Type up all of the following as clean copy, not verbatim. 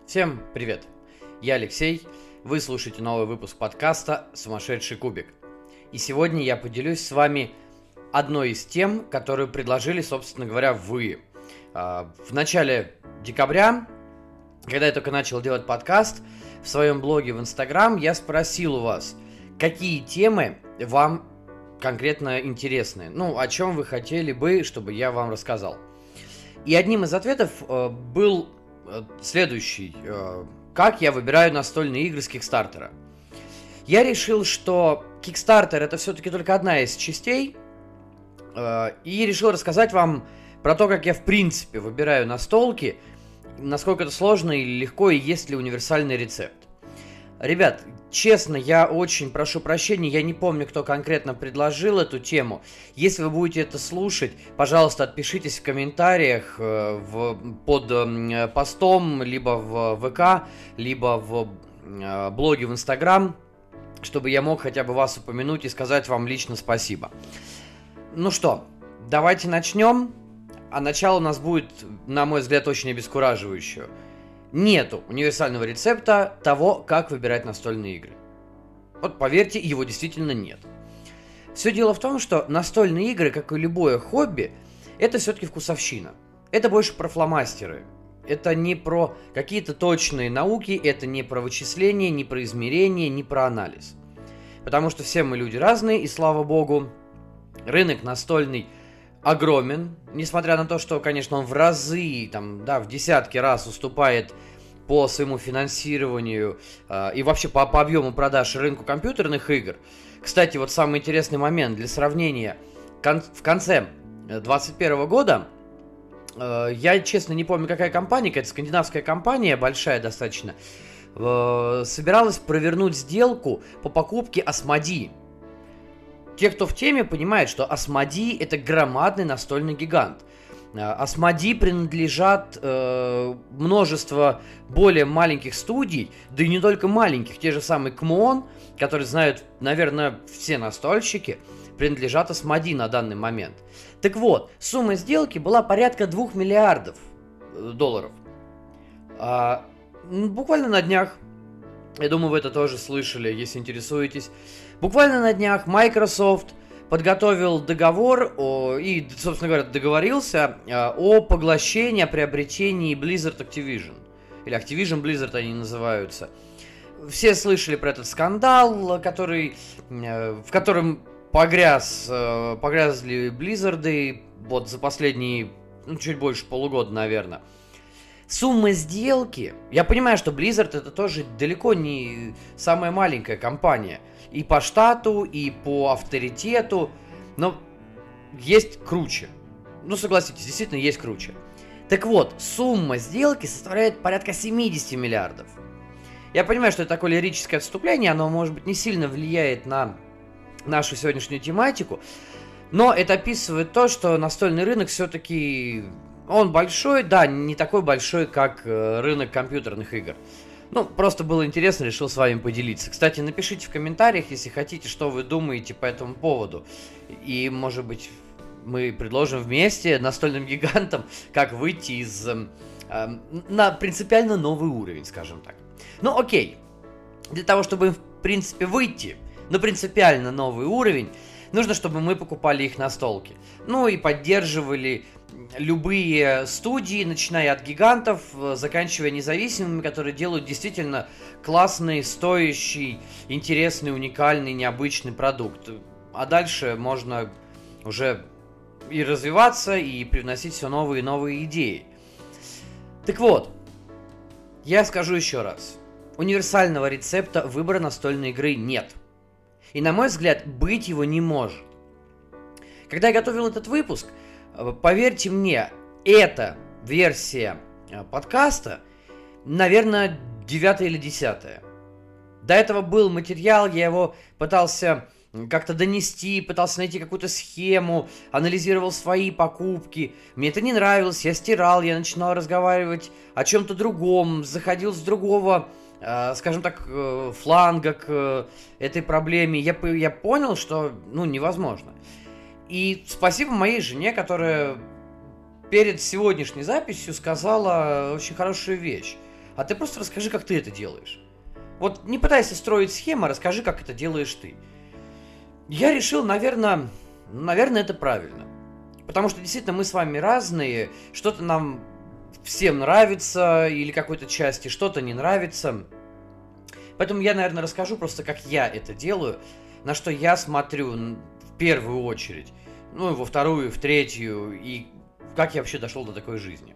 Всем привет! Я Алексей, вы слушаете новый выпуск подкаста «Сумасшедший кубик». И сегодня я поделюсь с вами одной из тем, которую предложили, собственно говоря, вы. В начале декабря, когда я только начал делать подкаст, в своем блоге в Инстаграм я спросил у вас, какие темы вам конкретно интересны, о чем вы хотели бы, чтобы я вам рассказал. И одним из ответов был следующий. Как я выбираю настольные игры с Кикстартера? Я решил, что Кикстартер это все-таки только одна из частей, и решил рассказать вам про то, как я в принципе выбираю настолки, насколько это сложно или легко, и есть ли универсальный рецепт. Ребят, честно, я очень прошу прощения, я не помню, кто конкретно предложил эту тему. Если вы будете это слушать, пожалуйста, отпишитесь в комментариях под постом, либо в ВК, либо в блоге в Инстаграм, чтобы я мог хотя бы вас упомянуть и сказать вам лично спасибо. Ну что, давайте начнем. А начало у нас будет, на мой взгляд, очень обескураживающее. Нету универсального рецепта того, как выбирать настольные игры. Вот поверьте, его действительно нет. Все дело в том, что настольные игры, как и любое хобби, это все-таки вкусовщина. Это больше про фломастеры. Это не про какие-то точные науки, это не про вычисления, не про измерения, не про анализ. Потому что все мы люди разные, и слава богу, рынок настольный огромен, несмотря на то, что, конечно, он в разы, в десятки раз уступает по своему финансированию и вообще по объему продаж рынку компьютерных игр. Кстати, вот самый интересный момент для сравнения. В конце 2021 года, я, честно, не помню, какая компания, какая-то скандинавская компания, большая достаточно, собиралась провернуть сделку по покупке Asmodee. Те, кто в теме, понимают, что Asmodee это громадный настольный гигант. Asmodee принадлежат множество более маленьких студий, да и не только маленьких, те же самые Kmon, которые знают, наверное, все настольщики, принадлежат Asmodee на данный момент. Так вот, сумма сделки была порядка $2 миллиардов. Буквально на днях, я думаю, вы это тоже слышали, если интересуетесь. Буквально на днях Microsoft подготовил договор и, собственно говоря, договорился о поглощении, о приобретении Blizzard Activision. Или Activision Blizzard они называются. Все слышали про этот скандал, в котором погрязли Blizzard вот за последние, чуть больше полугода, наверное. Сумма сделки, я понимаю, что Blizzard это тоже далеко не самая маленькая компания. И по штату, и по авторитету, но есть круче. Согласитесь, действительно есть круче. Так вот, сумма сделки составляет порядка 70 миллиардов. Я понимаю, что это такое лирическое отступление, оно, может быть, не сильно влияет на нашу сегодняшнюю тематику, но это описывает то, что настольный рынок все-таки... Он большой, да, не такой большой, как рынок компьютерных игр. Просто было интересно, решил с вами поделиться. Кстати, напишите в комментариях, если хотите, что вы думаете по этому поводу. И, может быть, мы предложим вместе настольным гигантам, как выйти на принципиально новый уровень, скажем так. Окей. Для того, чтобы, в принципе, выйти на принципиально новый уровень, нужно, чтобы мы покупали их настолки. И поддерживали любые студии, начиная от гигантов, заканчивая независимыми, которые делают действительно классный, стоящий, интересный, уникальный, необычный продукт. А дальше можно уже и развиваться, и привносить все новые и новые идеи. Так вот, я скажу еще раз. Универсального рецепта выбора настольной игры нет. И, на мой взгляд, быть его не может. Когда я готовил этот выпуск, поверьте мне, эта версия подкаста, наверное, 9 или 10. До этого был материал, я его пытался как-то донести, пытался найти какую-то схему, анализировал свои покупки. Мне это не нравилось, я стирал, я начинал разговаривать о чем-то другом, заходил с другого, скажем так, фланга к этой проблеме. Я понял, что, невозможно. И спасибо моей жене, которая перед сегодняшней записью сказала очень хорошую вещь. а ты просто расскажи, как ты это делаешь. Вот не пытайся строить схему, а расскажи, как это делаешь ты. Я решил, наверное, это правильно. Потому что действительно мы с вами разные, что-то нам всем нравится или какой-то части, что-то не нравится. Поэтому я, наверное, расскажу просто, как я это делаю, на что я смотрю в первую очередь, ну и во вторую, в третью, и как я вообще дошел до такой жизни.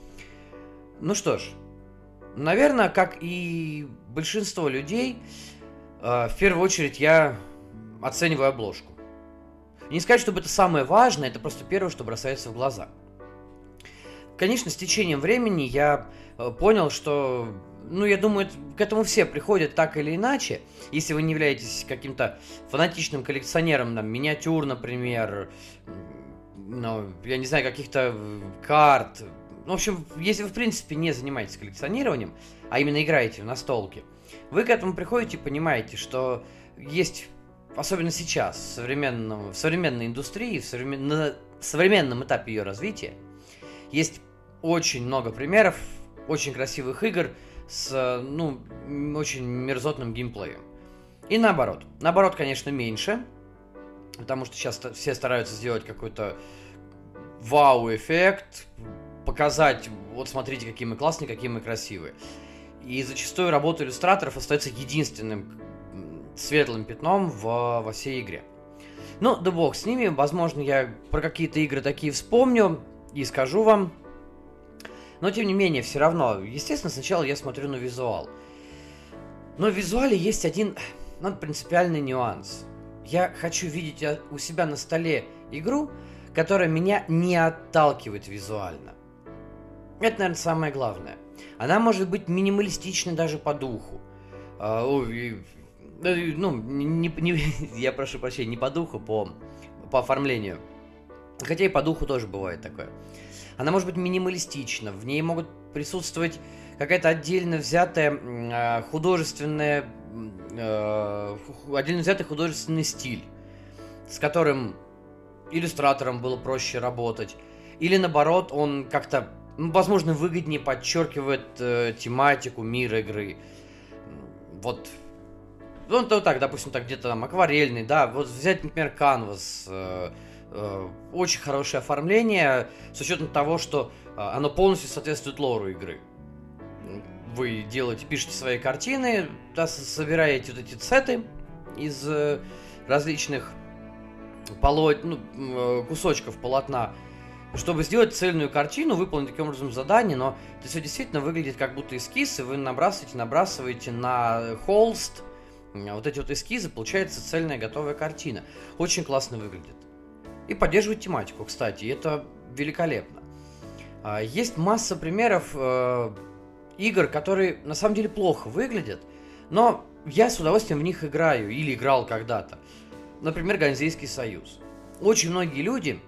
Ну что ж, наверное, как и большинство людей, в первую очередь я оцениваю обложку. Не сказать, чтобы это самое важное, это просто первое, что бросается в глаза. Конечно, с течением времени я понял, что, я думаю, к этому все приходят так или иначе. Если вы не являетесь каким-то фанатичным коллекционером, миниатюр, например, я не знаю, каких-то карт. В общем, если вы, в принципе, не занимаетесь коллекционированием, а именно играете в настолки, вы к этому приходите и понимаете, что есть, особенно сейчас, в современной индустрии, на современном этапе ее развития, есть очень много примеров очень красивых игр с, очень мерзотным геймплеем. И наоборот. Наоборот, конечно, меньше, потому что сейчас все стараются сделать какой-то вау-эффект, показать, вот смотрите, какие мы классные, какие мы красивые. И зачастую работа иллюстраторов остается единственным светлым пятном во всей игре. Да бог с ними, возможно, я про какие-то игры такие вспомню и скажу вам. Но, тем не менее, все равно, естественно, сначала я смотрю на визуал. Но в визуале есть один принципиальный нюанс. Я хочу видеть у себя на столе игру, которая меня не отталкивает визуально. Это, наверное, самое главное. Она может быть минималистичной даже по духу. Я прошу прощения, не по духу, по оформлению. Хотя и по духу тоже бывает такое. Она может быть минималистична, в ней могут присутствовать какая-то отдельно взятый художественный стиль, с которым иллюстраторам было проще работать. Или наоборот, он как-то, возможно, выгоднее подчеркивает тематику, мир игры. Вот так, допустим, где-то там акварельный, да, вот взять, например, Canvas, очень хорошее оформление, с учетом того, что оно полностью соответствует лору игры. Вы пишете свои картины, да, собираете вот эти сеты из различных кусочков полотна, чтобы сделать цельную картину, выполнить таким образом задание, но это все действительно выглядит как будто эскиз, и вы набрасываете на холст вот эти вот эскизы, получается цельная готовая картина. Очень классно выглядит. И поддерживает тематику, кстати, и это великолепно. Есть масса примеров игр, которые на самом деле плохо выглядят, но я с удовольствием в них играю или играл когда-то. Например, Ганзейский союз. Очень многие люди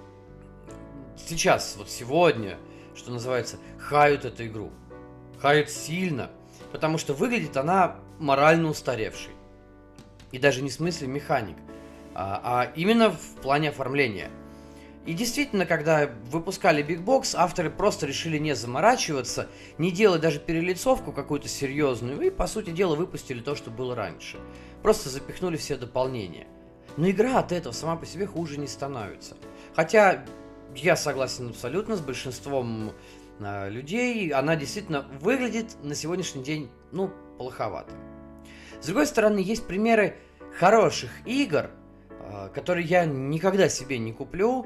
сейчас, вот сегодня, что называется, хают эту игру. Хают сильно, потому что выглядит она морально устаревшей. И даже не в смысле механик, а именно в плане оформления. И действительно, когда выпускали Big Box, авторы просто решили не заморачиваться, не делать даже перелицовку какую-то серьезную, и, по сути дела, выпустили то, что было раньше. Просто запихнули все дополнения. Но игра от этого сама по себе хуже не становится. Хотя я согласен абсолютно с большинством людей, она действительно выглядит на сегодняшний день, плоховато. С другой стороны, есть примеры хороших игр, которые я никогда себе не куплю.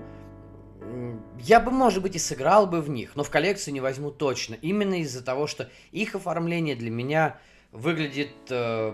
Я бы, может быть, и сыграл бы в них, но в коллекцию не возьму точно. Именно из-за того, что их оформление для меня выглядит... в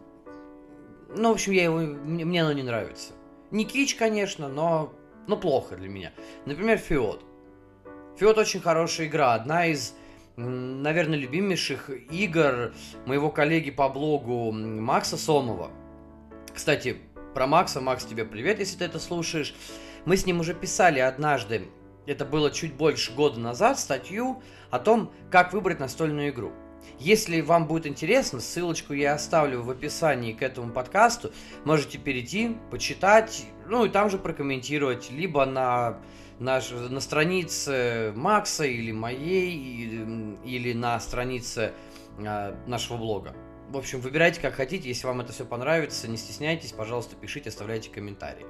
общем, мне оно не нравится. Не кич, конечно, но плохо для меня. Например, Феод. Феод очень хорошая игра. Одна из, наверное, любимейших игр моего коллеги по блогу Макса Сомова. Кстати, про Макса. Макс, тебе привет, если ты это слушаешь. Мы с ним уже писали однажды, это было чуть больше года назад, статью о том, как выбрать настольную игру. Если вам будет интересно, ссылочку я оставлю в описании к этому подкасту. Можете перейти, почитать, и там же прокомментировать, либо на на странице Макса или моей, или на странице нашего блога. В общем, выбирайте как хотите, если вам это все понравится, не стесняйтесь, пожалуйста, пишите, оставляйте комментарии.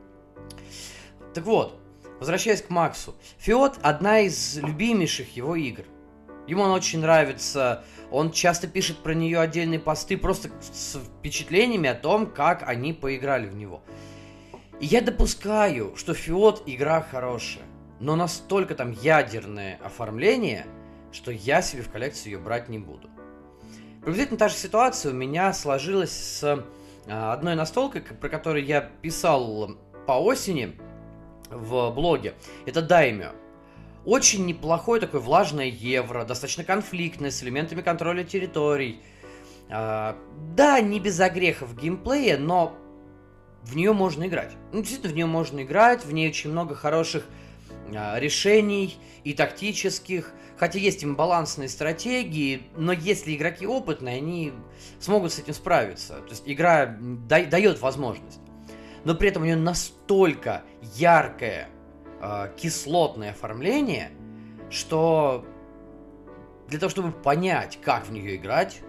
Так вот, возвращаясь к Максу. Фиот — одна из любимейших его игр. Ему она очень нравится, он часто пишет про нее отдельные посты, просто с впечатлениями о том, как они поиграли в него. И я допускаю, что Фиот игра хорошая, но настолько там ядерное оформление, что я себе в коллекцию ее брать не буду. Приблизительно та же ситуация у меня сложилась с одной настолкой, про которую я писал по осени в блоге. Это Даймё. Очень неплохое такое влажное евро, достаточно конфликтное, с элементами контроля территорий. Да, не без огрехов в геймплее, но в нее можно играть. Действительно, в нее можно играть, в ней очень много хороших решений и тактических. Хотя есть имбалансные стратегии, но если игроки опытные, они смогут с этим справиться. То есть игра дает возможность. Но при этом у нее настолько яркое кислотное оформление, что для того, чтобы понять, как в нее играть,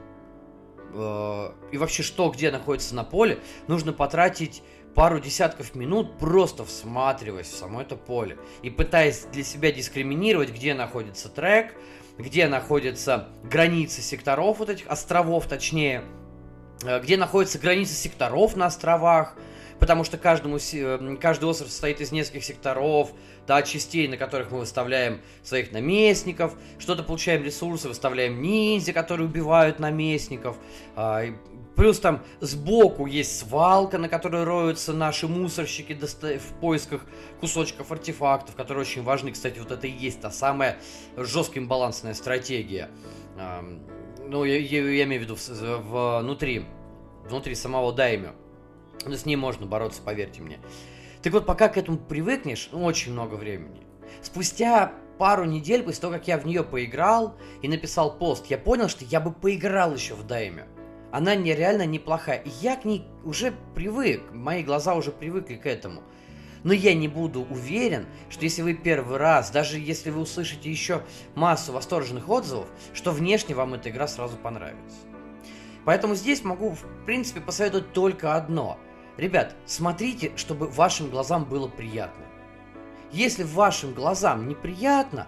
и вообще что где находится на поле, нужно потратить пару десятков минут, просто всматриваясь в само это поле и пытаясь для себя дискриминировать, где находится трек, где находятся границы секторов, вот этих островов точнее, где находятся границы секторов на островах, потому что каждый остров состоит из нескольких секторов, да, частей, на которых мы выставляем своих наместников, что-то получаем ресурсы, выставляем ниндзя, которые убивают наместников, плюс там сбоку есть свалка, на которой роются наши мусорщики в поисках кусочков артефактов, которые очень важны. Кстати, вот это и есть та самая жесткая имбалансная стратегия. Ну, я имею в виду внутри самого Даймё. Но с ней можно бороться, поверьте мне. Так вот, пока к этому привыкнешь, очень много времени. Спустя пару недель после того, как я в нее поиграл и написал пост, я понял, что я бы поиграл еще в Даймё. Она нереально неплохая. И я к ней уже привык, мои глаза уже привыкли к этому. Но я не буду уверен, что если вы первый раз, даже если вы услышите еще массу восторженных отзывов, что внешне вам эта игра сразу понравится. Поэтому здесь могу, в принципе, посоветовать только одно. Ребят, смотрите, чтобы вашим глазам было приятно. Если вашим глазам неприятно,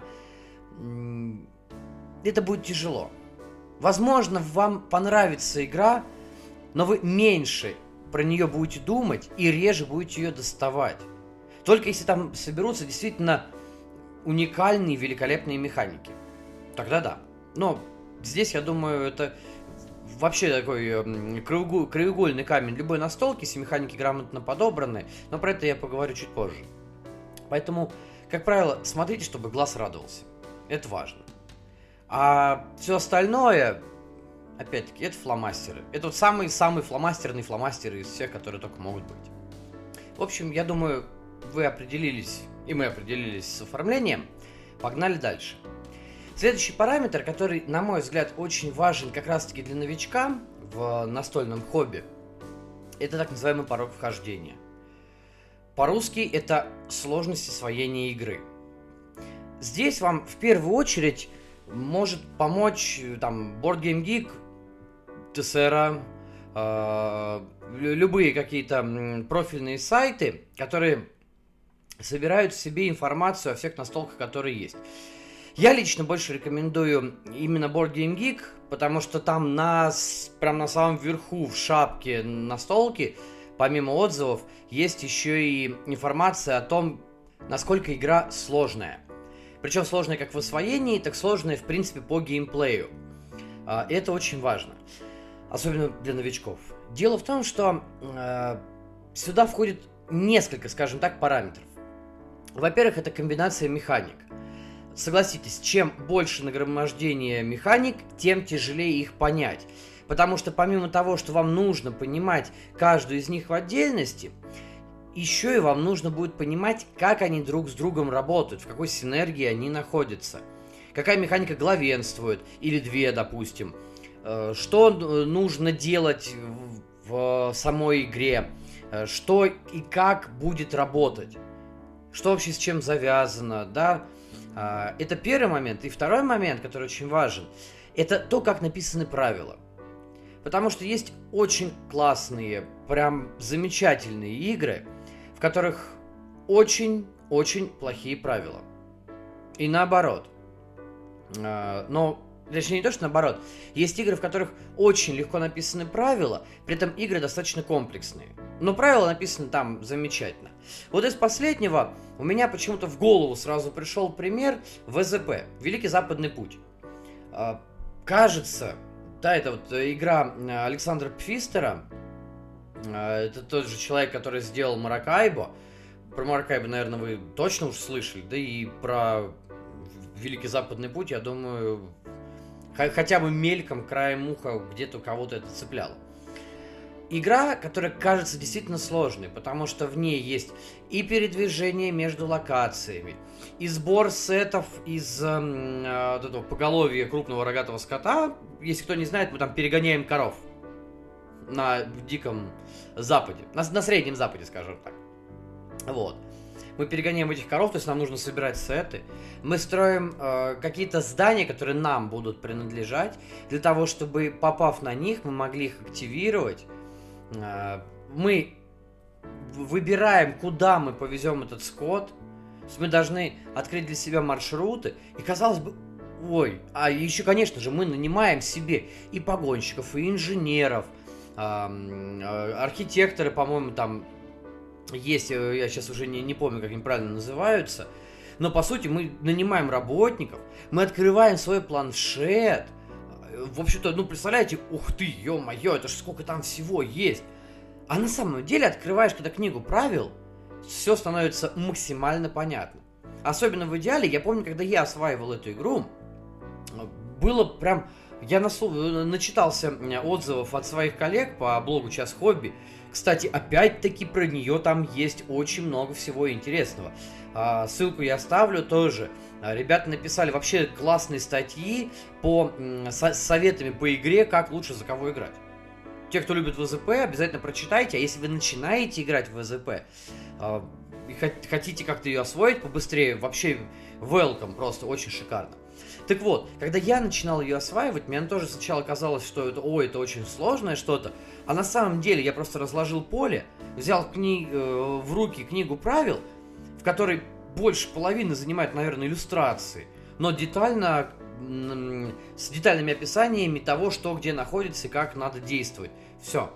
это будет тяжело. Возможно, вам понравится игра, но вы меньше про нее будете думать и реже будете ее доставать. Только если там соберутся действительно уникальные, великолепные механики. Тогда да. Но здесь, я думаю, это вообще такой краеугольный камень любой настолки, если механики грамотно подобраны, но про это я поговорю чуть позже. Поэтому, как правило, смотрите, чтобы глаз радовался. Это важно. А все остальное, опять-таки, это фломастеры. Это вот самые фломастерные фломастеры из всех, которые только могут быть. В общем, я думаю, вы определились, и мы определились с оформлением. Погнали дальше. Следующий параметр, который, на мой взгляд, очень важен как раз-таки для новичка в настольном хобби, это так называемый порог вхождения. По-русски это сложность освоения игры. Здесь вам в первую очередь может помочь там Board Game Geek, Tessera, любые какие-то профильные сайты, которые собирают в себе информацию о всех настолках, которые есть. Я лично больше рекомендую именно Board Game Geek, потому что там прям на самом верху в шапке настолки, помимо отзывов, есть еще и информация о том, насколько игра сложная. Причем сложная как в освоении, так сложная, в принципе, по геймплею. И это очень важно. Особенно для новичков. Дело в том, что сюда входит несколько, скажем так, параметров. Во-первых, это комбинация механик. Согласитесь, чем больше нагромождения механик, тем тяжелее их понять. Потому что помимо того, что вам нужно понимать каждую из них в отдельности, еще и вам нужно будет понимать, как они друг с другом работают, в какой синергии они находятся. Какая механика главенствует, или две, допустим. Что нужно делать в самой игре, что и как будет работать. что вообще с чем завязано, да. Это первый момент. И второй момент, который очень важен, это то, как написаны правила. Потому что есть очень классные, прям замечательные игры, в которых очень-очень плохие правила. И наоборот. Но, точнее, не то, что наоборот. Есть игры, в которых очень легко написаны правила, при этом игры достаточно комплексные. Но правила написаны там замечательно. Вот из последнего у меня почему-то в голову сразу пришел пример ВЗП, Великий Западный Путь. Кажется, да, это вот игра Александра Пфистера. Это тот же человек, который сделал Маракайбо. Про Маракайбо, наверное, вы точно уж слышали. Да и про Великий Западный Путь, я думаю, хотя бы мельком, краем уха где-то у кого-то это цепляло. Игра, которая кажется действительно сложной, потому что в ней есть и передвижение между локациями, и сбор сетов из вот этого поголовья крупного рогатого скота. Если кто не знает, мы там перегоняем коров на Диком Западе, на Среднем Западе, скажем так. Вот. Мы перегоняем этих коров, то есть нам нужно собирать сеты. Мы строим какие-то здания, которые нам будут принадлежать, для того, чтобы, попав на них, мы могли их активировать. Мы выбираем, куда мы повезем этот скот. То есть мы должны открыть для себя маршруты. И казалось бы, а еще, конечно же, мы нанимаем себе и погонщиков, и инженеров, архитекторы, по-моему, там есть, я сейчас уже не помню, как они правильно называются. Но, по сути, мы нанимаем работников, мы открываем свой планшет. В общем-то, представляете, ух ты, ё-моё, это ж сколько там всего есть. А на самом деле, открываешь когда книгу правил, все становится максимально понятно. Особенно в идеале, я помню, когда я осваивал эту игру, было прям... Я начитался отзывов от своих коллег по блогу «Час хобби». Кстати, опять-таки про нее там есть очень много всего интересного. Ссылку я оставлю тоже. Ребята написали вообще классные статьи с советами по игре, как лучше за кого играть. Те, кто любит ВЗП, обязательно прочитайте. А если вы начинаете играть в ВЗП и хотите как-то ее освоить побыстрее, вообще welcome, просто очень шикарно. Так вот, когда я начинал ее осваивать, мне тоже сначала казалось, что это очень сложное что-то, а на самом деле я просто разложил поле, взял в руки книгу правил, в которой больше половины занимает, наверное, иллюстрации, но детально, с детальными описаниями того, что где находится и как надо действовать. Все.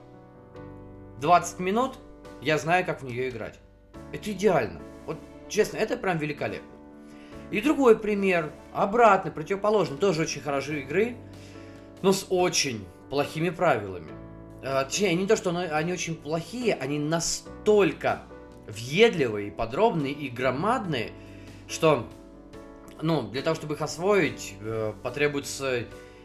20 минут, я знаю, как в нее играть. Это идеально. Вот честно, это прям великолепно. И другой пример, обратный, противоположный, тоже очень хорошие игры, но с очень плохими правилами. Точнее, не то, что они очень плохие, они настолько въедливые, подробные и громадные, что, для того, чтобы их освоить, потребуется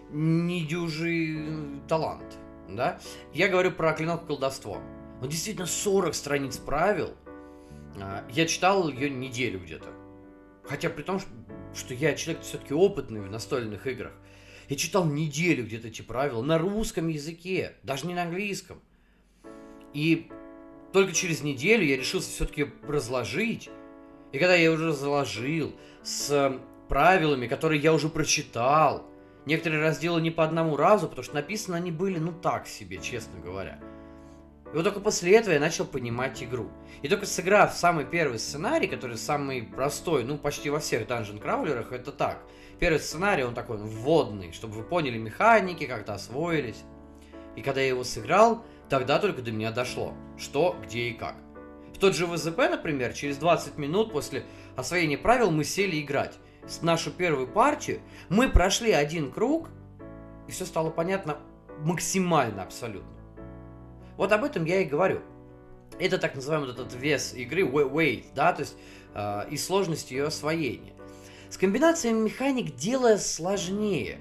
недюжий талант, да? Я говорю про «Клинок и колдовство». Действительно, 40 страниц правил. Я читал ее неделю где-то. Хотя при том, что я человек все-таки опытный в настольных играх. Я читал неделю где-то эти правила на русском языке, даже не на английском. И только через неделю я решился все-таки разложить. И когда я уже разложил с правилами, которые я уже прочитал, некоторые разделы не по одному разу, потому что написаны они были, так себе, честно говоря. И вот только после этого я начал понимать игру. И только сыграв самый первый сценарий, который самый простой, почти во всех данжен-краулерах, это так. Первый сценарий, он такой вводный, чтобы вы поняли механики, как-то освоились. И когда я его сыграл, тогда только до меня дошло, что, где и как. В тот же ВЗП, например, через 20 минут после освоения правил мы сели играть. С нашу первую партию мы прошли один круг, и все стало понятно максимально абсолютно. Вот об этом я и говорю. Это так называемый этот вес игры, weight, да, то есть и сложность ее освоения. С комбинациями механик дело сложнее.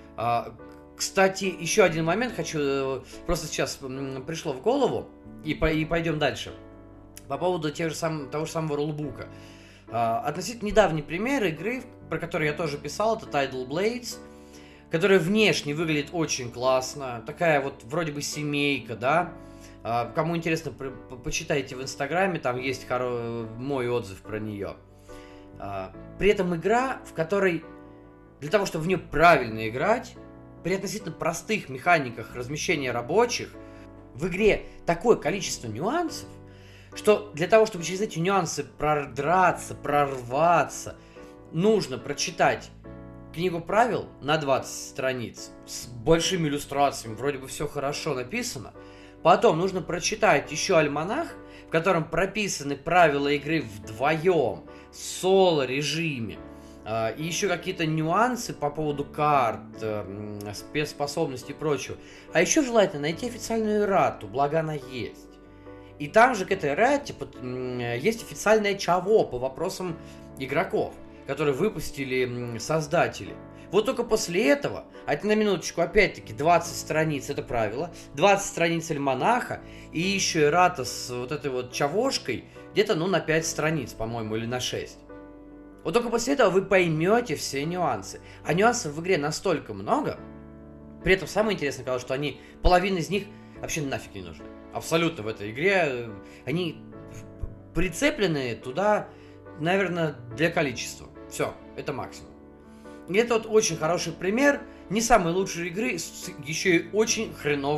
Кстати, еще один момент хочу, просто сейчас пришло в голову, и пойдем дальше. По поводу того же самого рулбука. Относительно недавний пример игры, про который я тоже писал, это Tidal Blades, которая внешне выглядит очень классно. Такая вот вроде бы семейка, да. Кому интересно, почитайте в Инстаграме, там есть мой отзыв про нее. При этом игра, в которой для того, чтобы в нее правильно играть, при относительно простых механиках размещения рабочих, в игре такое количество нюансов, что для того, чтобы через эти нюансы продраться, прорваться, нужно прочитать книгу правил на 20 страниц с большими иллюстрациями, вроде бы все хорошо написано. Потом нужно прочитать еще альманах, в котором прописаны правила игры вдвоем, в соло-режиме, и еще какие-то нюансы по поводу карт, спецспособностей и прочего. А еще желательно найти официальную эррату, благо она есть. И там же к этой эррате есть официальное ЧАВО по вопросам игроков, которые выпустили создатели. Вот только после этого, а это на минуточку, опять-таки, 20 страниц, это правило, 20 страниц альманаха, и еще эррата с вот этой вот чавошкой, где-то, на 5 страниц, по-моему, или на 6. Вот только после этого вы поймете все нюансы. А нюансов в игре настолько много, при этом самое интересное, казалось, что половина из них вообще нафиг не нужны. Абсолютно в этой игре. Они прицеплены туда, наверное, для количества. Все, это максимум. И это вот очень хороший пример не самой лучшей игры с еще и очень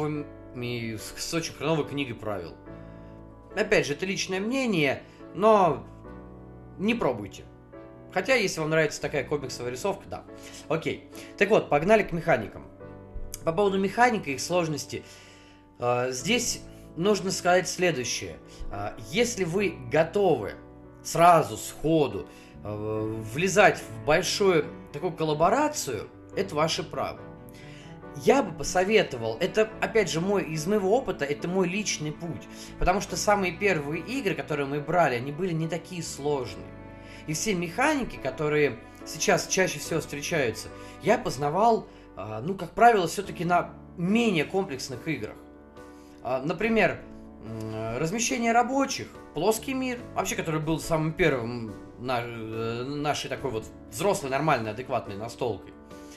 с очень хреновой книгой правил. Опять же, это личное мнение, но не пробуйте. Хотя, если вам нравится такая комиксовая рисовка, да. Окей. Так вот, погнали к механикам. По поводу механики и их сложности, здесь нужно сказать следующее. Если вы готовы сразу, сходу, влезать в большую такую коллаборацию, это ваше право. Я бы посоветовал, это, опять же, из моего опыта, это мой личный путь. Потому что самые первые игры, которые мы брали, они были не такие сложные. И все механики, которые сейчас чаще всего встречаются, я познавал, как правило, все-таки на менее комплексных играх. Например, размещение рабочих, плоский мир, вообще, который был самым первым нашей такой вот взрослой, нормальной, адекватной настолкой.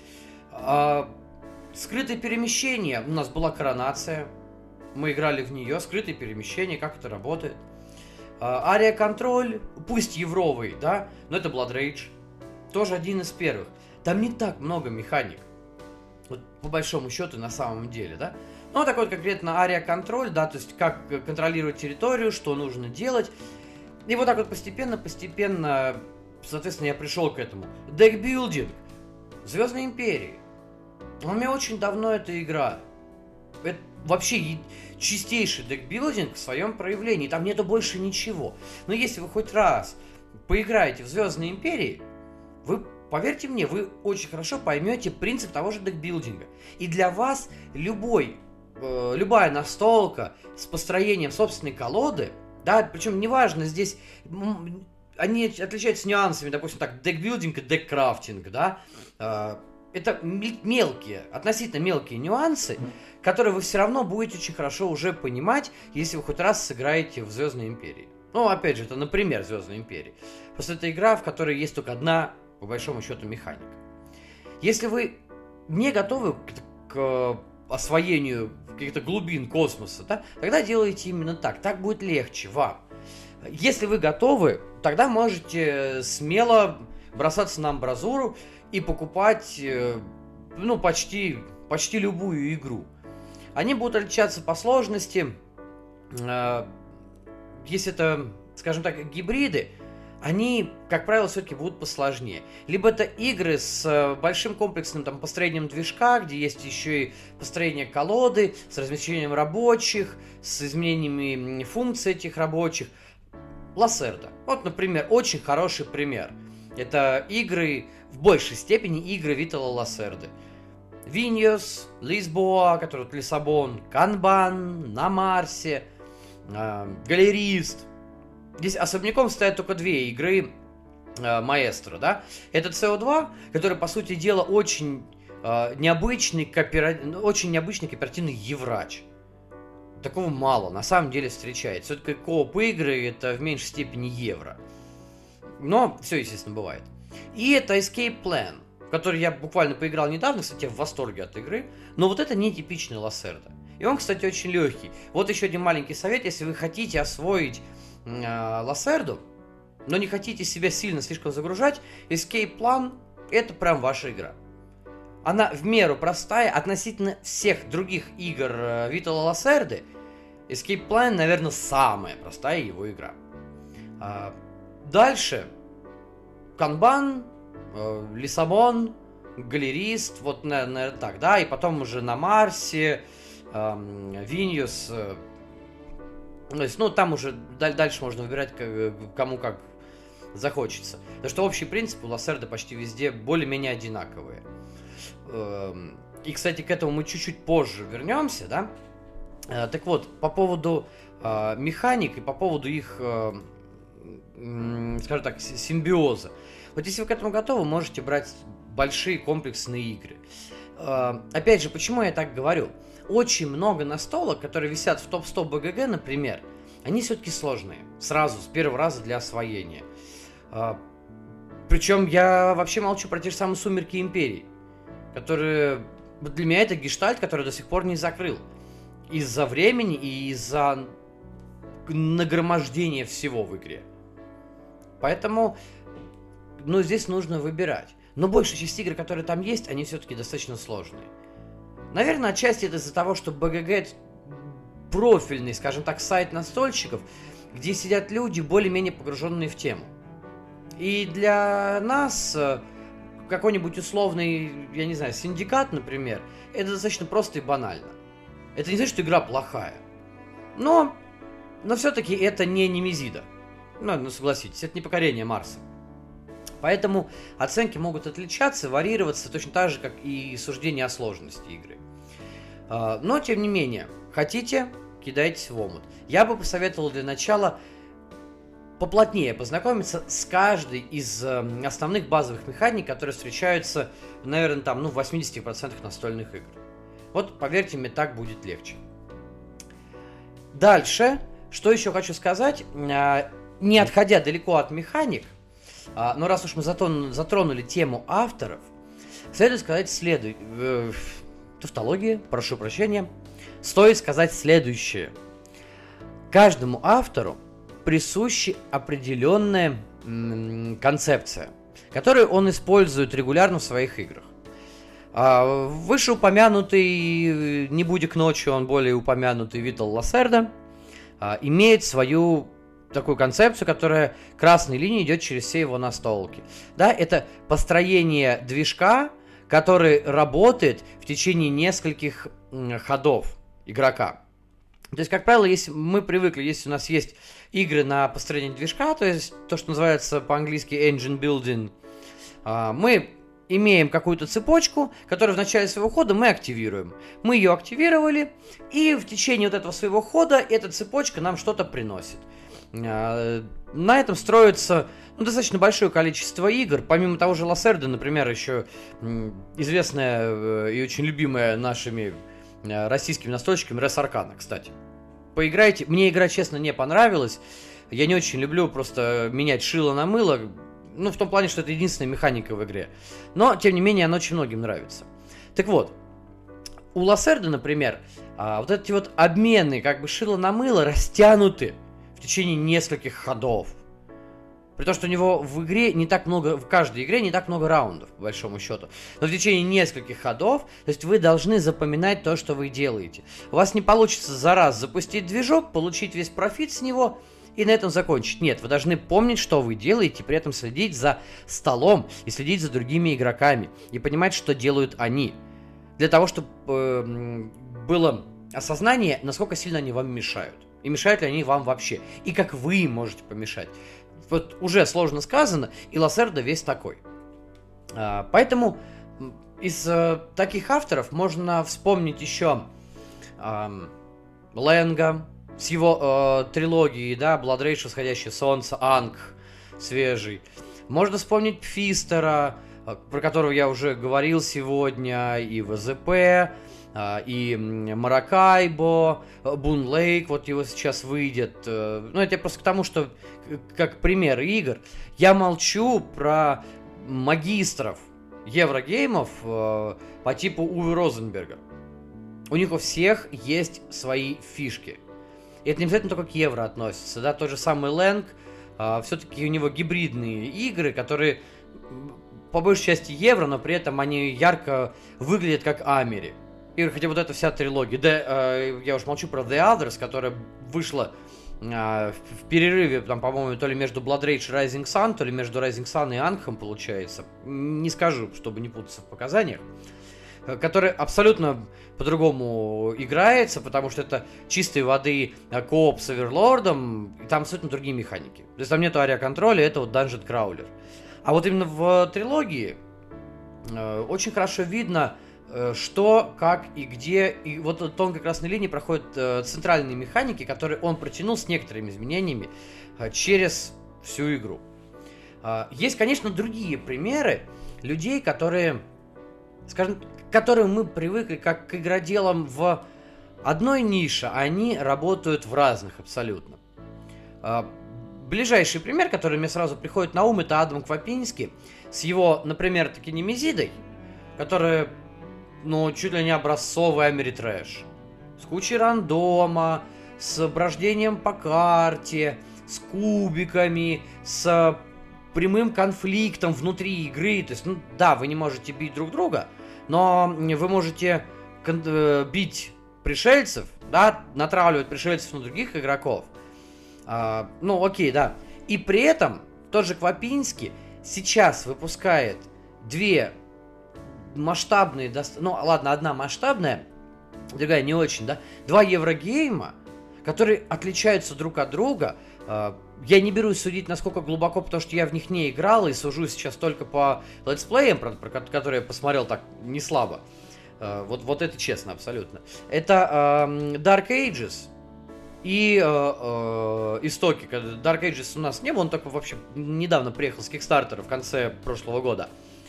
Скрытое перемещение, у нас была коронация, мы играли в нее, скрытое перемещение, как это работает. Ария-контроль, пусть евровый, да, но это Blood Rage, тоже один из первых. Там не так много механик, вот, по большому счету, на самом деле, да. Ну, такой вот конкретно ария-контроль, да, то есть как контролировать территорию, что нужно делать. И вот так вот постепенно, соответственно, я пришел к этому. Декбилдинг, Звездной Империи. У меня очень давно эта игра. Это вообще чистейший декбилдинг в своем проявлении. Там нету больше ничего. Но если вы хоть раз поиграете в Звездные Империи, вы, поверьте мне, вы очень хорошо поймете принцип того же декбилдинга. И для вас любая настолка с построением собственной колоды, да, причем неважно, здесь они отличаются нюансами, допустим, так, декбилдинг и деккрафтинг, да, это относительно мелкие нюансы, которые вы все равно будете очень хорошо уже понимать, если вы хоть раз сыграете в Звездной Империи. Ну, опять же, это, например, Звездной Империи. Просто это игра, в которой есть только одна, по большому счету, механика. Если вы не готовы к освоению каких-то глубин космоса, да, тогда делайте именно так. Так будет легче вам. Если вы готовы, тогда можете смело бросаться на амбразуру и покупать, почти любую игру. Они будут отличаться по сложности. Если это, скажем так, гибриды, они, как правило, все-таки будут посложнее. Либо это игры с большим комплексным построением движка, где есть еще и построение колоды, с размещением рабочих, с изменениями функций этих рабочих. Лассерда. Вот, например, очень хороший пример. Это игры, в большей степени игры Витала Лассерды. Виньос, Лисбоа, который вот Лиссабон, Канбан, на Марсе, Галерист. Здесь особняком стоят только две игры Маэстро, да? Это CO2, который, по сути дела, очень необычный кооперативный еврач. Такого мало, на самом деле, встречается. Все-таки кооп игры это в меньшей степени евро. Но все, естественно, бывает. И это Escape Plan, в который я буквально поиграл недавно, кстати, я в восторге от игры. Но вот это не типичный Лассерда. И он, кстати, очень легкий. Вот еще один маленький совет, если вы хотите освоить Лассерду, но не хотите себя сильно слишком загружать, Escape Plan — это прям ваша игра. Она в меру простая относительно всех других игр Витала Лассерды. Escape Plan, наверное, самая простая его игра. Дальше Канбан, Лиссабон, Галерист, вот, наверное, так, да, и потом уже на Марсе, Виньюс, то есть, ну, там уже дальше можно выбирать, кому как захочется. Потому что общий принцип у Лассерды почти везде более-менее одинаковые. И, кстати, к этому мы чуть-чуть позже вернемся, да. Так вот, по поводу механик и по поводу их, скажем так, симбиоза. Вот если вы к этому готовы, можете брать большие комплексные игры. Опять же, почему я так говорю? Очень много настолок, которые висят в топ-100 БГГ, например, они все-таки сложные. Сразу, с первого раза для освоения. Причем я вообще молчу про те же самые «Сумерки Империи», которые... Для меня это гештальт, который до сих пор не закрыл. Из-за времени и из-за нагромождения всего в игре. Поэтому, ну, здесь нужно выбирать. Но большая часть игр, которые там есть, они все-таки достаточно сложные. Наверное, отчасти это из-за того, что БГГ — это профильный, скажем так, сайт настольщиков, где сидят люди, более-менее погруженные в тему. И для нас какой-нибудь условный, я не знаю, синдикат, например, это достаточно просто и банально. Это не значит, что игра плохая. Но все-таки это не Немезида. Ну, согласитесь, это не покорение Марса. Поэтому оценки могут отличаться, варьироваться точно так же, как и суждение о сложности игры. Но, тем не менее, хотите, кидайтесь в омут. Я бы посоветовал для начала поплотнее познакомиться с каждой из основных базовых механик, которые встречаются, наверное, там, в 80% настольных игр. Вот, поверьте мне, так будет легче. Дальше, что еще хочу сказать, не отходя далеко от механик, но раз уж мы затронули тему авторов, следует сказать тавтология, прошу прощения, стоит сказать следующее. Каждому автору присуща определенная концепция, которую он использует регулярно в своих играх. Вышеупомянутый, не будь ночью, он более упомянутый Витал Лассерда, имеет свою такую концепцию, которая красной линией идет через все его настолки. Да, это построение движка, который работает в течение нескольких ходов игрока. То есть, как правило, если мы привыкли, если у нас есть игры на построение движка, то есть то, что называется по-английски engine building, мы имеем какую-то цепочку, которую в начале своего хода мы активируем. Мы ее активировали, и в течение вот этого своего хода эта цепочка нам что-то приносит. На этом строится достаточно большое количество игр. Помимо того же Лассерды, например, еще известная и очень любимая нашими российскими настольщиками Рес Аркана, кстати. Поиграйте. Мне игра, честно, не понравилась. Я не очень люблю просто менять шило на мыло. В том плане, что это единственная механика в игре. Но, тем не менее, она очень многим нравится. Так вот, у Лассерды, например, вот эти вот обмены, шило на мыло, растянуты в течение нескольких ходов. При том, что у него в игре не так много, в каждой игре не так много раундов, по большому счету. Но в течение нескольких ходов, то есть вы должны запоминать то, что вы делаете. У вас не получится за раз запустить движок, получить весь профит с него и на этом закончить. Нет, вы должны помнить, что вы делаете, при этом следить за столом и следить за другими игроками. И понимать, что делают они. Для того, чтобы было осознание, насколько сильно они вам мешают. И мешают ли они вам вообще. И как вы им можете помешать. Вот уже сложно сказано, и Лассерда весь такой. Поэтому из таких авторов можно вспомнить еще Ленга с его трилогией, да, Blood Rage, Восходящее Солнце, Анг, свежий. Можно вспомнить Пфистера, про которого я уже говорил сегодня, и ВЗП, и Маракайбо, Бун Лейк, вот его сейчас выйдет. Это просто к тому, что как пример игр. Я молчу про магистров еврогеймов по типу Уве Розенберга. у них у всех есть свои фишки. И это не обязательно только к евро относится, да, тот же самый Лэнг, все-таки у него гибридные игры, которые по большей части евро, но при этом они ярко выглядят как Амери. И хотя вот эта вся трилогия, да, я уж молчу про The Others, которая вышла в перерыве, там, по-моему, то ли между Blood Rage и Rising Sun, то ли между Rising Sun и Anthem, получается. Не скажу, чтобы не путаться в показаниях. Который абсолютно по-другому играется, потому что это чистой воды кооп с Оверлордом, и там абсолютно другие механики. То есть там нету ариоконтроля, это вот Dungeon Crawler. А вот именно в трилогии очень хорошо видно, что, как и где. И вот тонкой красной линии проходят центральные механики, которые он протянул с некоторыми изменениями через всю игру. Есть, конечно, другие примеры людей, которые, скажем, к которым мы привыкли как к игроделам в одной нише, а они работают в разных абсолютно. Ближайший пример, который мне сразу приходит на ум, это Адам Квапинский с его, например, таки Немезидой, которая, ну, чуть ли не образцовый Америтрэш. С кучей рандома, с брождением по карте, с кубиками, с прямым конфликтом внутри игры. То есть, ну да, вы не можете бить друг друга, но вы можете бить пришельцев, да, натравливать пришельцев на других игроков. Ну, окей, да. И при этом тот же Квапинский сейчас выпускает две масштабные, ну ладно, одна масштабная, другая не очень, да, два еврогейма, которые отличаются друг от друга. Я не берусь судить, насколько глубоко, потому что я в них не играл и сужу сейчас только по летсплеям, про которые я посмотрел так не слабо. Вот это честно, абсолютно. Это Dark Ages и Истоки. Dark Ages у нас не было, он только вообще недавно приехал с Кикстартера в конце прошлого года.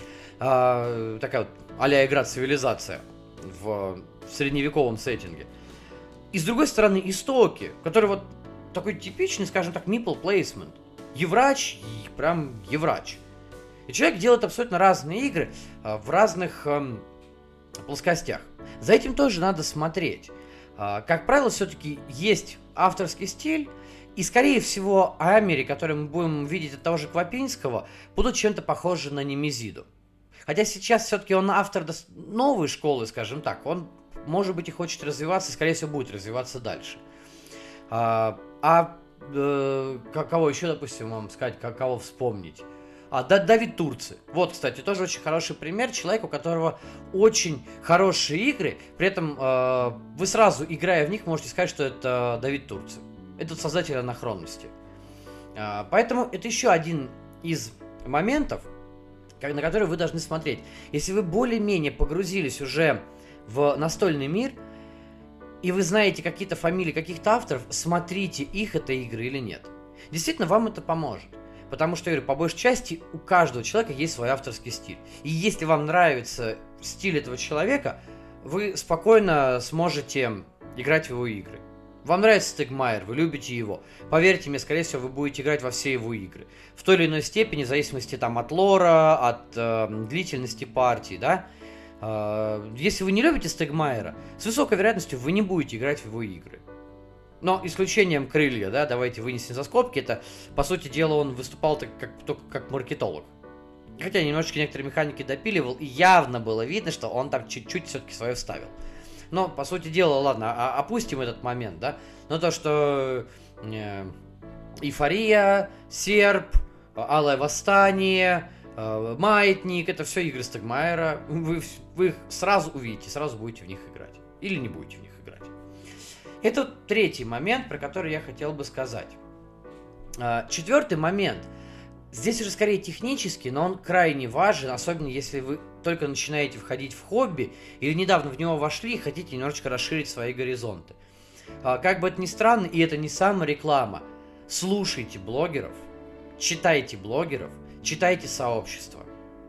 Такая вот а-ля игра «Цивилизация» в средневековом сеттинге. И с другой стороны Истоки, который вот такой типичный, скажем так, meeple placement. Еврач, прям еврач. И человек делает абсолютно разные игры в разных плоскостях. За этим тоже надо смотреть. Как правило, все-таки есть авторский стиль, и, скорее всего, Амери, которые мы будем видеть от того же Квапинского, будут чем-то похожи на Немезиду. Хотя сейчас все-таки он автор новой школы, скажем так. Он, может быть, и хочет развиваться, и, скорее всего, будет развиваться дальше. Кого еще, допустим, вам сказать, кого вспомнить? Давид Турци. Вот, кстати, тоже очень хороший пример человека, у которого очень хорошие игры, при этом вы сразу, играя в них, можете сказать, что это Давид Турци. Это создатель анахронности. Поэтому это еще один из моментов, на которые вы должны смотреть. Если вы более-менее погрузились уже в настольный мир, и вы знаете какие-то фамилии каких-то авторов, смотрите, их это игры или нет. Действительно, вам это поможет. Потому что, я говорю, по большей части у каждого человека есть свой авторский стиль. И если вам нравится стиль этого человека, вы спокойно сможете играть в его игры. Вам нравится Стегмайер, вы любите его. Поверьте мне, скорее всего, вы будете играть во все его игры. В той или иной степени, в зависимости там, от лора, от длительности партии, да. Если вы не любите Стегмайера, с высокой вероятностью вы не будете играть в его игры. Но исключением Крылья, да, давайте вынесем за скобки, это, по сути дела, он выступал только как маркетолог. Хотя немножечко некоторые механики допиливал, и явно было видно, что он там чуть-чуть все-таки свое вставил. Но, по сути дела, ладно, опустим этот момент, да. Но то, что Эйфория, Серп, Алое Восстание, Маятник, это все игры Стегмайера. Вы их сразу увидите, сразу будете в них играть. Или не будете в них играть. Это третий момент, про который я хотел бы сказать. Четвертый момент. Здесь уже скорее технический, но он крайне важен, особенно если вы только начинаете входить в хобби или недавно в него вошли и хотите немножечко расширить свои горизонты. Как бы это ни странно, и это не самореклама, слушайте блогеров, читайте блогеров, читайте сообщества.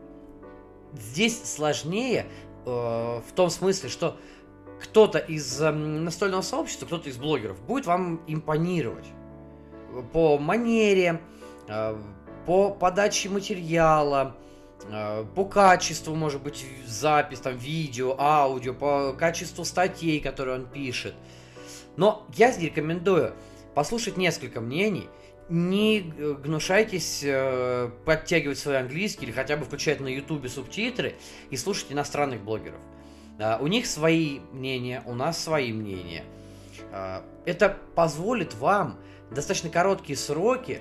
Здесь сложнее в том смысле, что кто-то из настольного сообщества, кто-то из блогеров будет вам импонировать по манере, по подаче материала, по качеству, может быть, запись, там, видео, аудио, по качеству статей, которые он пишет. Но я рекомендую послушать несколько мнений, не гнушайтесь подтягивать свой английский или хотя бы включать на ютубе субтитры и слушать иностранных блогеров. У них свои мнения, у нас свои мнения. Это позволит вам в достаточно короткие сроки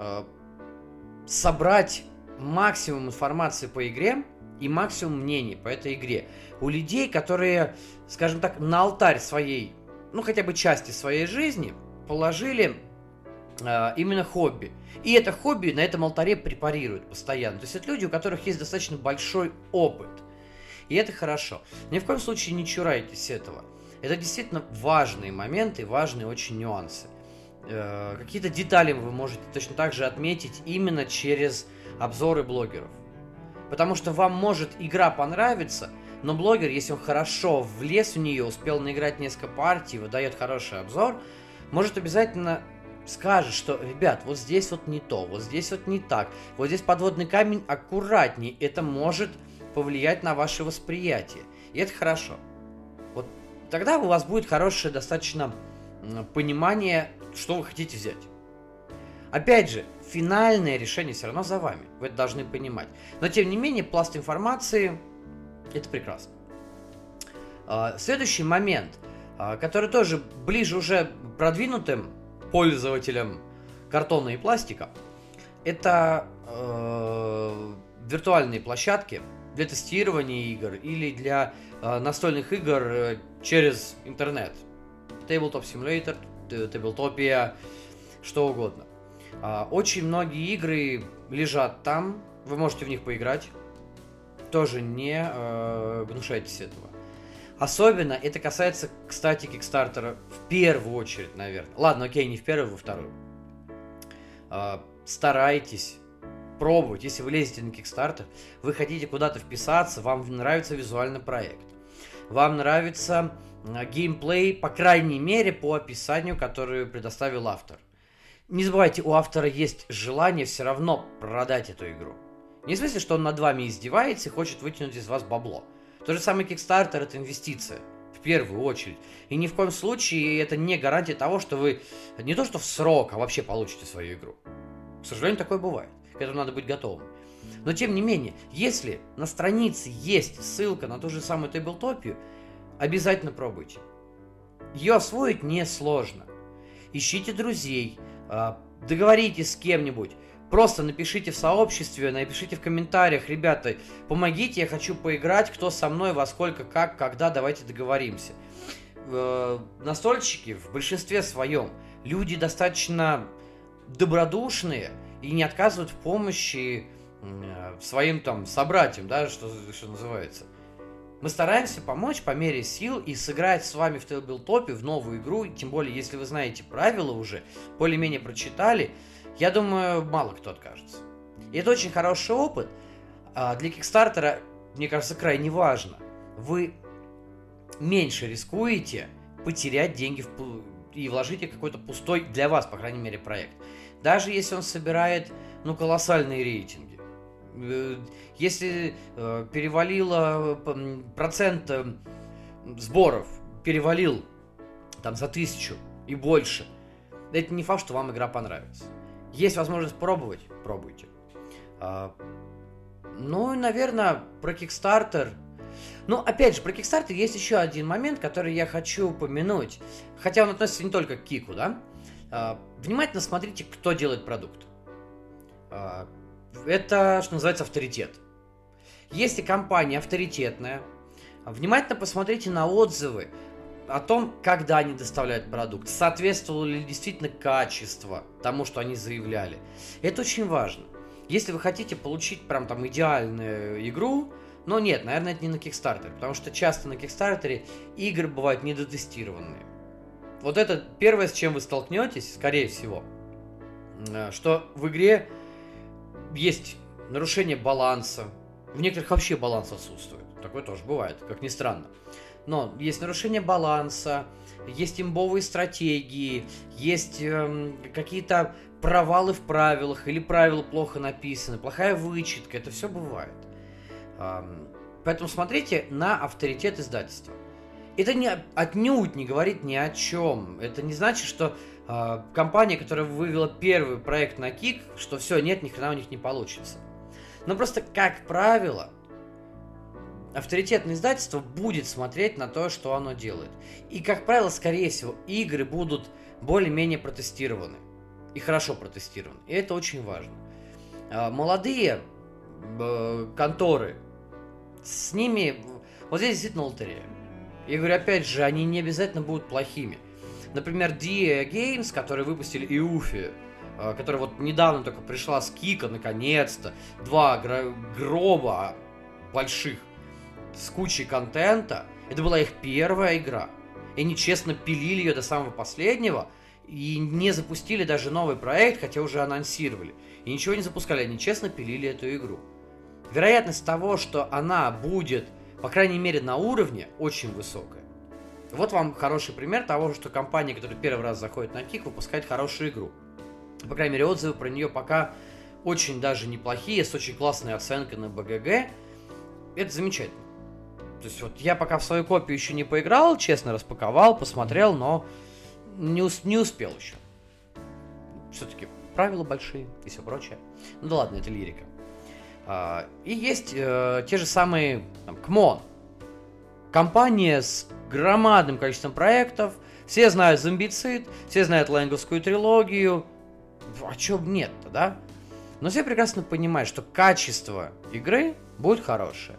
собрать максимум информации по игре и максимум мнений по этой игре у людей, которые, скажем так, на алтарь своей, ну хотя бы части своей жизни положили именно хобби. И это хобби на этом алтаре препарируют постоянно. То есть это люди, у которых есть достаточно большой опыт. И это хорошо. Ни в коем случае не чурайтесь этого. Это действительно важные моменты, важные очень нюансы. Какие-то детали вы можете точно так же отметить именно через обзоры блогеров. Потому что вам может игра понравиться, но блогер, если он хорошо влез в нее, успел наиграть несколько партий, выдает хороший обзор, может обязательно скажет, что, ребят, вот здесь вот не то, вот здесь вот не так, вот здесь подводный камень аккуратней, это может повлиять на ваше восприятие. И это хорошо. Вот тогда у вас будет хорошее достаточно понимание, что вы хотите взять. Опять же, финальное решение все равно за вами. Вы это должны понимать. Но, тем не менее, пласт информации – это прекрасно. Следующий момент, который тоже ближе уже продвинутым пользователям картона и пластика, это виртуальные площадки для тестирования игр или для настольных игр через интернет. Tabletop Simulator, Tabletopia, что угодно. Очень многие игры лежат там, вы можете в них поиграть. Тоже не гнушайтесь этого. Особенно это касается, кстати, Кикстартера в первую очередь, наверное. Ладно, окей, не в первую, во вторую. Старайтесь пробовать. Если вы лезете на Кикстартер, вы хотите куда-то вписаться, вам нравится визуальный проект, вам нравится геймплей, по крайней мере, по описанию, которое предоставил автор. Не забывайте, у автора есть желание все равно продать эту игру. Не в смысле, что он над вами издевается и хочет вытянуть из вас бабло. То же самое Kickstarter – это инвестиция, в первую очередь. И ни в коем случае это не гарантия того, что вы не то что в срок, а вообще получите свою игру. К сожалению, такое бывает. К этому надо быть готовым. Но тем не менее, если на странице есть ссылка на ту же самую Таблтопию, обязательно пробуйте. Ее освоить несложно. Ищите друзей, договоритесь с кем-нибудь. Просто напишите в сообществе, напишите в комментариях: ребята, помогите, я хочу поиграть, кто со мной, во сколько, как, когда, давайте договоримся. Настольщики в большинстве своем люди достаточно добродушные и не отказывают в помощи своим там собратьям, да, что называется. Мы стараемся помочь по мере сил и сыграть с вами в Таблтопе в новую игру, тем более, если вы знаете правила уже, более-менее прочитали, я думаю, мало кто откажется. И это очень хороший опыт. Для Кикстартера, мне кажется, крайне важно. Вы меньше рискуете потерять деньги и вложить их в какой-то пустой для вас, по крайней мере, проект. Даже если он собирает, колоссальные рейтинги. Если перевалило процент сборов, перевалил там за 1000 и больше, это не факт, что вам игра понравится. Есть возможность пробовать, пробуйте. Ну, наверное, про Kickstarter. Ну, опять же, про Kickstarter есть еще один момент, который я хочу упомянуть. Хотя он относится не только к Кику, да? Внимательно смотрите, кто делает продукт. Это, что называется, авторитет. Если компания авторитетная, внимательно посмотрите на отзывы о том, когда они доставляют продукт, соответствовало ли действительно качество тому, что они заявляли. Это очень важно. Если вы хотите получить прям там идеальную игру, но нет, наверное, это не на Kickstarter, потому что часто на Kickstarter игры бывают недотестированные. Вот это первое, с чем вы столкнетесь, скорее всего, что в игре есть нарушение баланса, в некоторых вообще баланс отсутствует. Такое тоже бывает, как ни странно. Но есть нарушение баланса, есть имбовые стратегии, есть какие-то провалы в правилах, или правила плохо написаны, плохая вычетка, это все бывает. Поэтому смотрите на авторитет издательства. Это отнюдь не говорит ни о чем. Это не значит, что компания, которая вывела первый проект на Кик, что все, нет, ни хрена у них не получится. Но просто, как правило, авторитетное издательство будет смотреть на то, что оно делает. И, как правило, скорее всего, игры будут более-менее протестированы. И хорошо протестированы. И это очень важно. Молодые конторы, с ними... Вот здесь действительно лотерея. Я говорю, опять же, они не обязательно будут плохими. Например, DIA Games, которые выпустили Иуфи, которая вот недавно только пришла с Кика, наконец-то. 2 гроба больших с кучей контента. Это была их первая игра. И они честно пилили ее до самого последнего. И не запустили даже новый проект, хотя уже анонсировали. И ничего не запускали, они честно пилили эту игру. Вероятность того, что она будет, по крайней мере, на уровне, очень высокая. Вот вам хороший пример того, что компания, которая первый раз заходит на Кик, выпускает хорошую игру. По крайней мере, отзывы про нее пока очень даже неплохие, с очень классной оценкой на БГГ. Это замечательно. То есть вот я пока в свою копию еще не поиграл, честно распаковал, посмотрел, но не успел еще. Все-таки правила большие и все прочее. Ну да ладно, это лирика. И есть те же самые Кмон. Компания с громадным количеством проектов. Все знают Зомбицид, все знают Лэнговскую трилогию. А чё нет-то, да? Но все прекрасно понимают, что качество игры будет хорошее.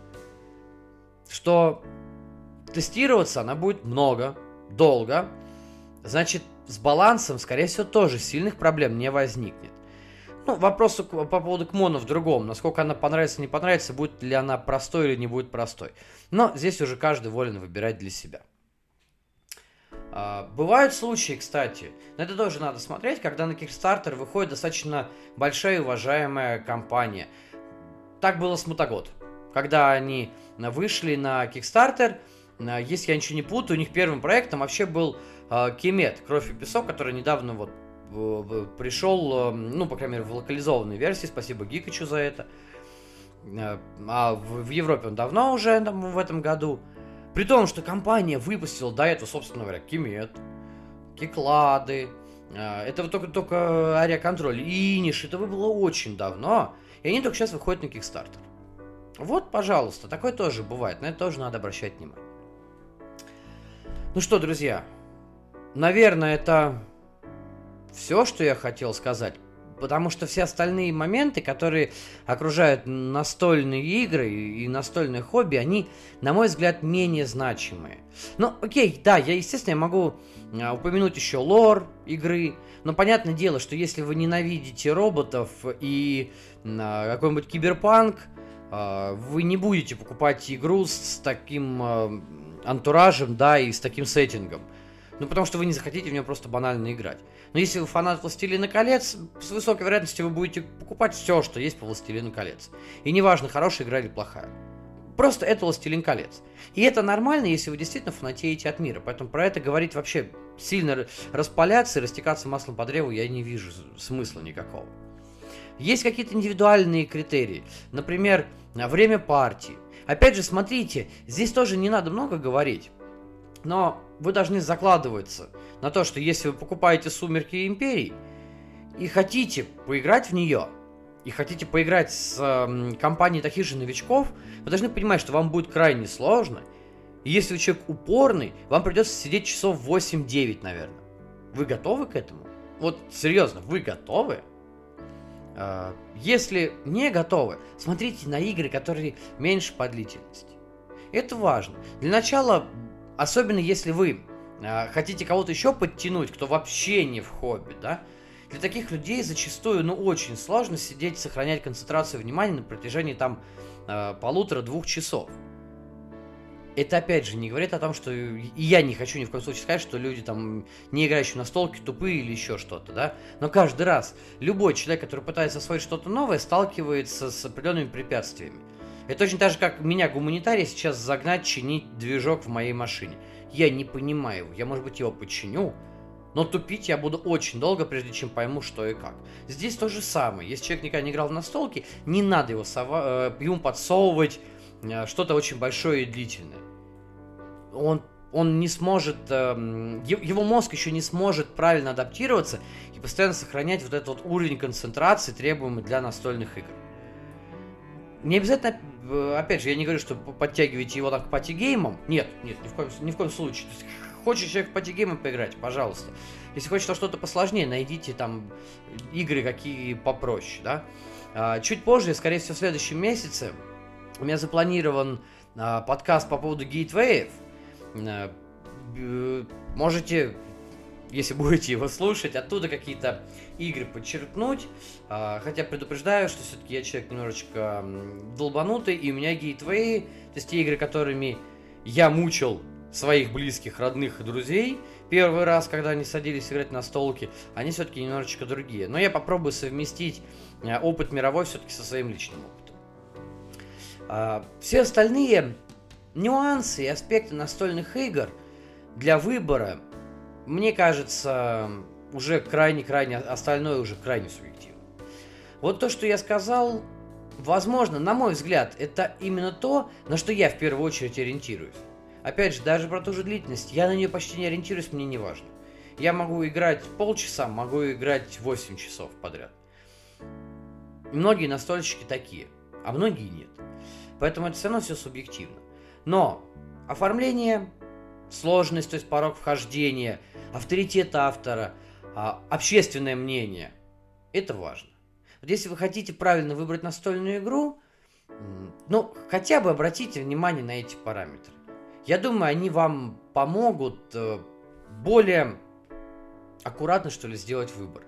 Что тестироваться она будет много, долго. Значит, с балансом, скорее всего, тоже сильных проблем не возникнет. Ну, вопрос по поводу Кмона в другом. Насколько она понравится, не понравится, будет ли она простой или не будет простой. Но здесь уже каждый волен выбирать для себя. Бывают случаи, кстати, на это тоже надо смотреть, когда на Kickstarter выходит достаточно большая и уважаемая компания. Так было с Мотогод. Когда они вышли на Kickstarter, если я ничего не путаю, у них первым проектом вообще был Кемет, Кровь и песок, который недавно вот пришел, ну, по крайней мере, в локализованной версии, спасибо Гикачу за это. А в Европе он давно уже в этом году. При том, что компания выпустила до этого, собственно говоря, Кемет, Киклады, это вот только Ариаконтроль, Иниш, это было очень давно, и они только сейчас выходят на Kickstarter. Вот, пожалуйста, такое тоже бывает, на это тоже надо обращать внимание. Ну что, друзья, наверное, это все, что я хотел сказать. Потому что все остальные моменты, которые окружают настольные игры и настольное хобби, они, на мой взгляд, менее значимые. Ну, окей, да, естественно, могу упомянуть еще лор игры. Но понятное дело, что если вы ненавидите роботов и какой-нибудь киберпанк, вы не будете покупать игру с таким антуражем, да, и с таким сеттингом. Ну, потому что вы не захотите в нее просто банально играть. Но если вы фанат «Властелина колец», с высокой вероятностью вы будете покупать все, что есть по «Властелину колец». И неважно, хорошая игра или плохая. Просто это «Властелин колец». И это нормально, если вы действительно фанатеете от мира. Поэтому про это говорить вообще сильно распаляться и растекаться маслом по древу я не вижу смысла никакого. Есть какие-то индивидуальные критерии. Например, время партии. Опять же, смотрите, здесь тоже не надо много говорить. Но вы должны закладываться на то, что если вы покупаете «Сумерки Империи» и хотите поиграть в нее, и хотите поиграть с компанией таких же новичков, вы должны понимать, что вам будет крайне сложно. И если вы человек упорный, вам придется сидеть часов 8-9, наверное. Вы готовы к этому? Вот серьезно, вы готовы? Если не готовы, смотрите на игры, которые меньше по длительности. Это важно. Для начала, особенно если вы хотите кого-то еще подтянуть, кто вообще не в хобби, да, для таких людей зачастую, очень сложно сидеть, сохранять концентрацию внимания на протяжении там 1,5-2 часов. Это опять же не говорит о том, что и я не хочу ни в коем случае сказать, что люди там, не играющие на столке, тупые или еще что-то, да. Но каждый раз любой человек, который пытается освоить что-то новое, сталкивается с определенными препятствиями. Это точно так же, как меня, гуманитария, сейчас загнать чинить движок в моей машине. Я не понимаю его. Я, может быть, его починю, но тупить я буду очень долго, прежде чем пойму, что и как. Здесь то же самое. Если человек никогда не играл в настолки, не надо ему подсовывать что-то очень большое и длительное. Он не сможет, его мозг еще не сможет правильно адаптироваться и постоянно сохранять вот этот вот уровень концентрации, требуемый для настольных игр. Не обязательно, опять же, я не говорю, что подтягивайте его так к пати-геймам. Нет, ни в коем случае. То есть, хочет человек в пати-геймы поиграть, пожалуйста. Если хочет что-то посложнее, найдите там игры какие попроще, да. Чуть позже, скорее всего, в следующем месяце у меня запланирован подкаст по поводу гейтвеев. Можете, если будете его слушать, оттуда какие-то игры подчеркнуть. Хотя предупреждаю, что все-таки я человек немножечко долбанутый, и у меня гейтвеи, то есть те игры, которыми я мучил своих близких, родных и друзей первый раз, когда они садились играть на настолки, они все-таки немножечко другие. Но я попробую совместить опыт мировой все-таки со своим личным опытом. Все остальные нюансы и аспекты настольных игр для выбора, мне кажется, уже крайне, остальное уже крайне субъективно. Вот то, что я сказал, возможно, на мой взгляд, это именно то, на что я в первую очередь ориентируюсь. Опять же, даже про ту же длительность, я на нее почти не ориентируюсь, мне не важно. Я могу играть полчаса, могу играть 8 часов подряд. Многие настольщики такие, а многие нет. Поэтому это все равно все субъективно. Но оформление, сложность, то есть порог вхождения, авторитет автора, общественное мнение – это важно. Вот если вы хотите правильно выбрать настольную игру, ну, хотя бы обратите внимание на эти параметры. Я думаю, они вам помогут более аккуратно, что ли, сделать выбор.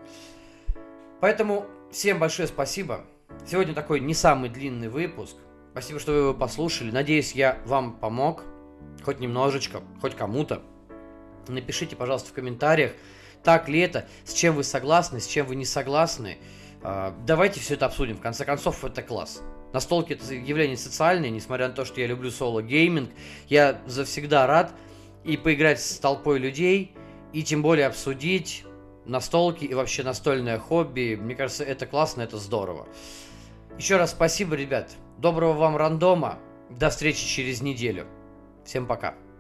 Поэтому всем большое спасибо. Сегодня такой не самый длинный выпуск. Спасибо, что вы его послушали. Надеюсь, я вам помог. Хоть немножечко, хоть кому-то. Напишите, пожалуйста, в комментариях, так ли это, с чем вы согласны, с чем вы не согласны. Давайте все это обсудим. В конце концов, это класс. Настолки — это явление социальное, несмотря на то, что я люблю соло-гейминг. Я завсегда рад и поиграть с толпой людей, и тем более обсудить настолки и вообще настольное хобби. Мне кажется, это классно, это здорово. Еще раз спасибо, ребят. Доброго вам рандома. До встречи через неделю. Всем пока.